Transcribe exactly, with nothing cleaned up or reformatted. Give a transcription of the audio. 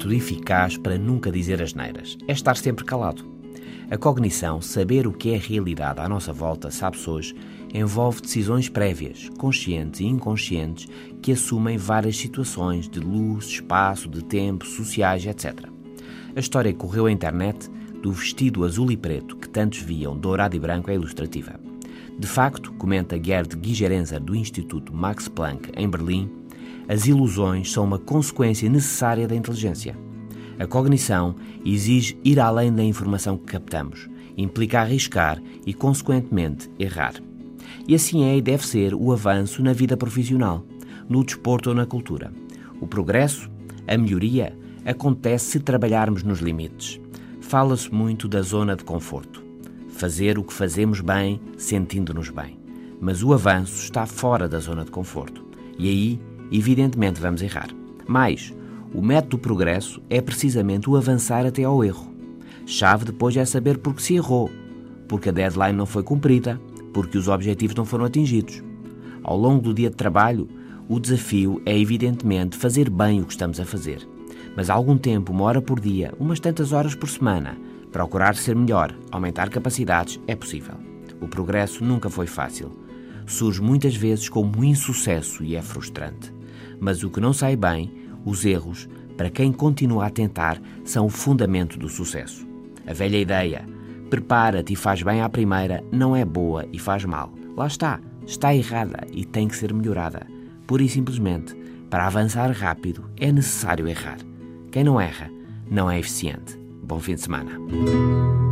método eficaz para nunca dizer asneiras é estar sempre calado. A cognição, saber o que é a realidade à nossa volta, sabe-se hoje, envolve decisões prévias, conscientes e inconscientes, que assumem várias situações de luz, espaço, de tempo, sociais, etcétera. A história que correu à internet do vestido azul e preto que tantos viam, dourado e branco, é ilustrativa. De facto, comenta Gerd Gigerenzer do Instituto Max Planck, em Berlim, as ilusões são uma consequência necessária da inteligência. A cognição exige ir além da informação que captamos, implica arriscar e, consequentemente, errar. E assim é e deve ser o avanço na vida profissional, no desporto ou na cultura. O progresso, a melhoria, acontece se trabalharmos nos limites. Fala-se muito da zona de conforto. Fazer o que fazemos bem, sentindo-nos bem. Mas o avanço está fora da zona de conforto. E aí, evidentemente, vamos errar. Mais, o método do progresso é precisamente o avançar até ao erro. Chave depois é saber por que se errou, porque a deadline não foi cumprida, porque os objetivos não foram atingidos. Ao longo do dia de trabalho, o desafio é evidentemente fazer bem o que estamos a fazer. Mas há algum tempo, uma hora por dia, umas tantas horas por semana, procurar ser melhor, aumentar capacidades, é possível. O progresso nunca foi fácil. Surge muitas vezes como um insucesso e é frustrante. Mas o que não sai bem, os erros, para quem continua a tentar, são o fundamento do sucesso. A velha ideia, prepara-te e faz bem à primeira, não é boa e faz mal. Lá está, está errada e tem que ser melhorada. Pura e simplesmente, para avançar rápido, é necessário errar. Quem não erra, não é eficiente. Bom fim de semana.